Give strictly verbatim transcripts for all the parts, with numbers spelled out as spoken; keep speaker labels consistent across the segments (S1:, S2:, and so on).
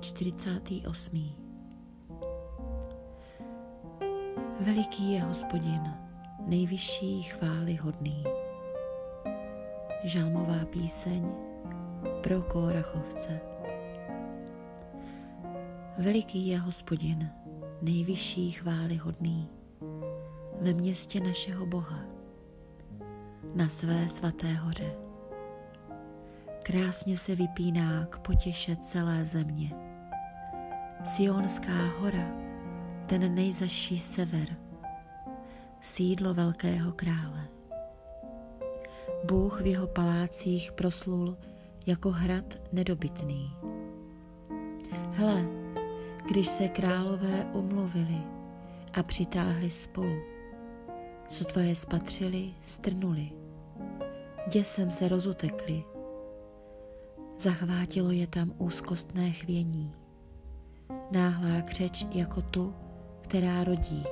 S1: čtyřicátý osmý Veliký je Hospodin, nejvyšší chvály hodný. Žalmová píseň pro Kórachovce. Veliký je Hospodin, nejvyšší chvály hodný, ve městě našeho Boha, na své svaté hoře. Krásně se vypíná k potěše celé země. Sionská hora, ten nejzazší sever, sídlo velkého krále. Bůh v jeho palácích proslul jako hrad nedobytný. Hle, když se králové umluvili a přitáhli spolu, sotva je spatřili, strnuli, děsem se rozutekli, zachvátilo je tam úzkostné chvění, náhlá křeč jako tu, která rodí.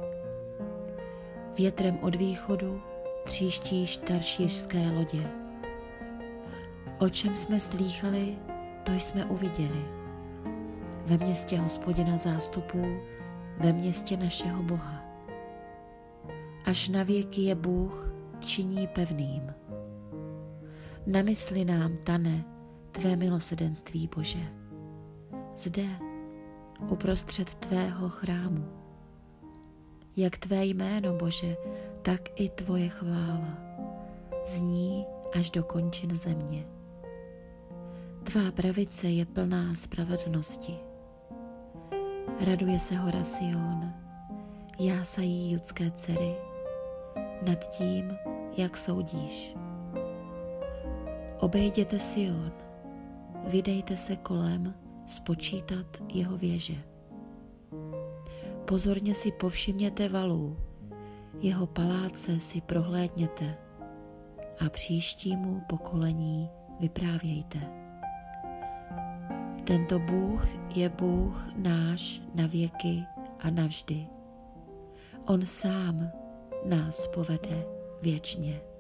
S1: Větrem od východu tříštíš taršířské lodě. O čem jsme slýchali, to jsme uviděli. Ve městě Hospodina zástupů, ve městě našeho Boha. Až na věky je Bůh činí pevným. Na mysli nám, tane, tvé milosedenství, Bože. Zde, uprostřed tvého chrámu. Jak tvé jméno, Bože, tak i tvoje chvála zní až do končin země. Tvá pravice je plná spravedlnosti. Raduje se hora Sion, jásají judské dcery nad tím, jak soudíš. Obejděte Sion, vydejte se kolem spočítat jeho věže. Pozorně si povšimněte valů, jeho paláce si prohlédněte a příštímu pokolení vyprávějte. Tento Bůh je Bůh náš na věky a navždy. On sám nás povede věčně.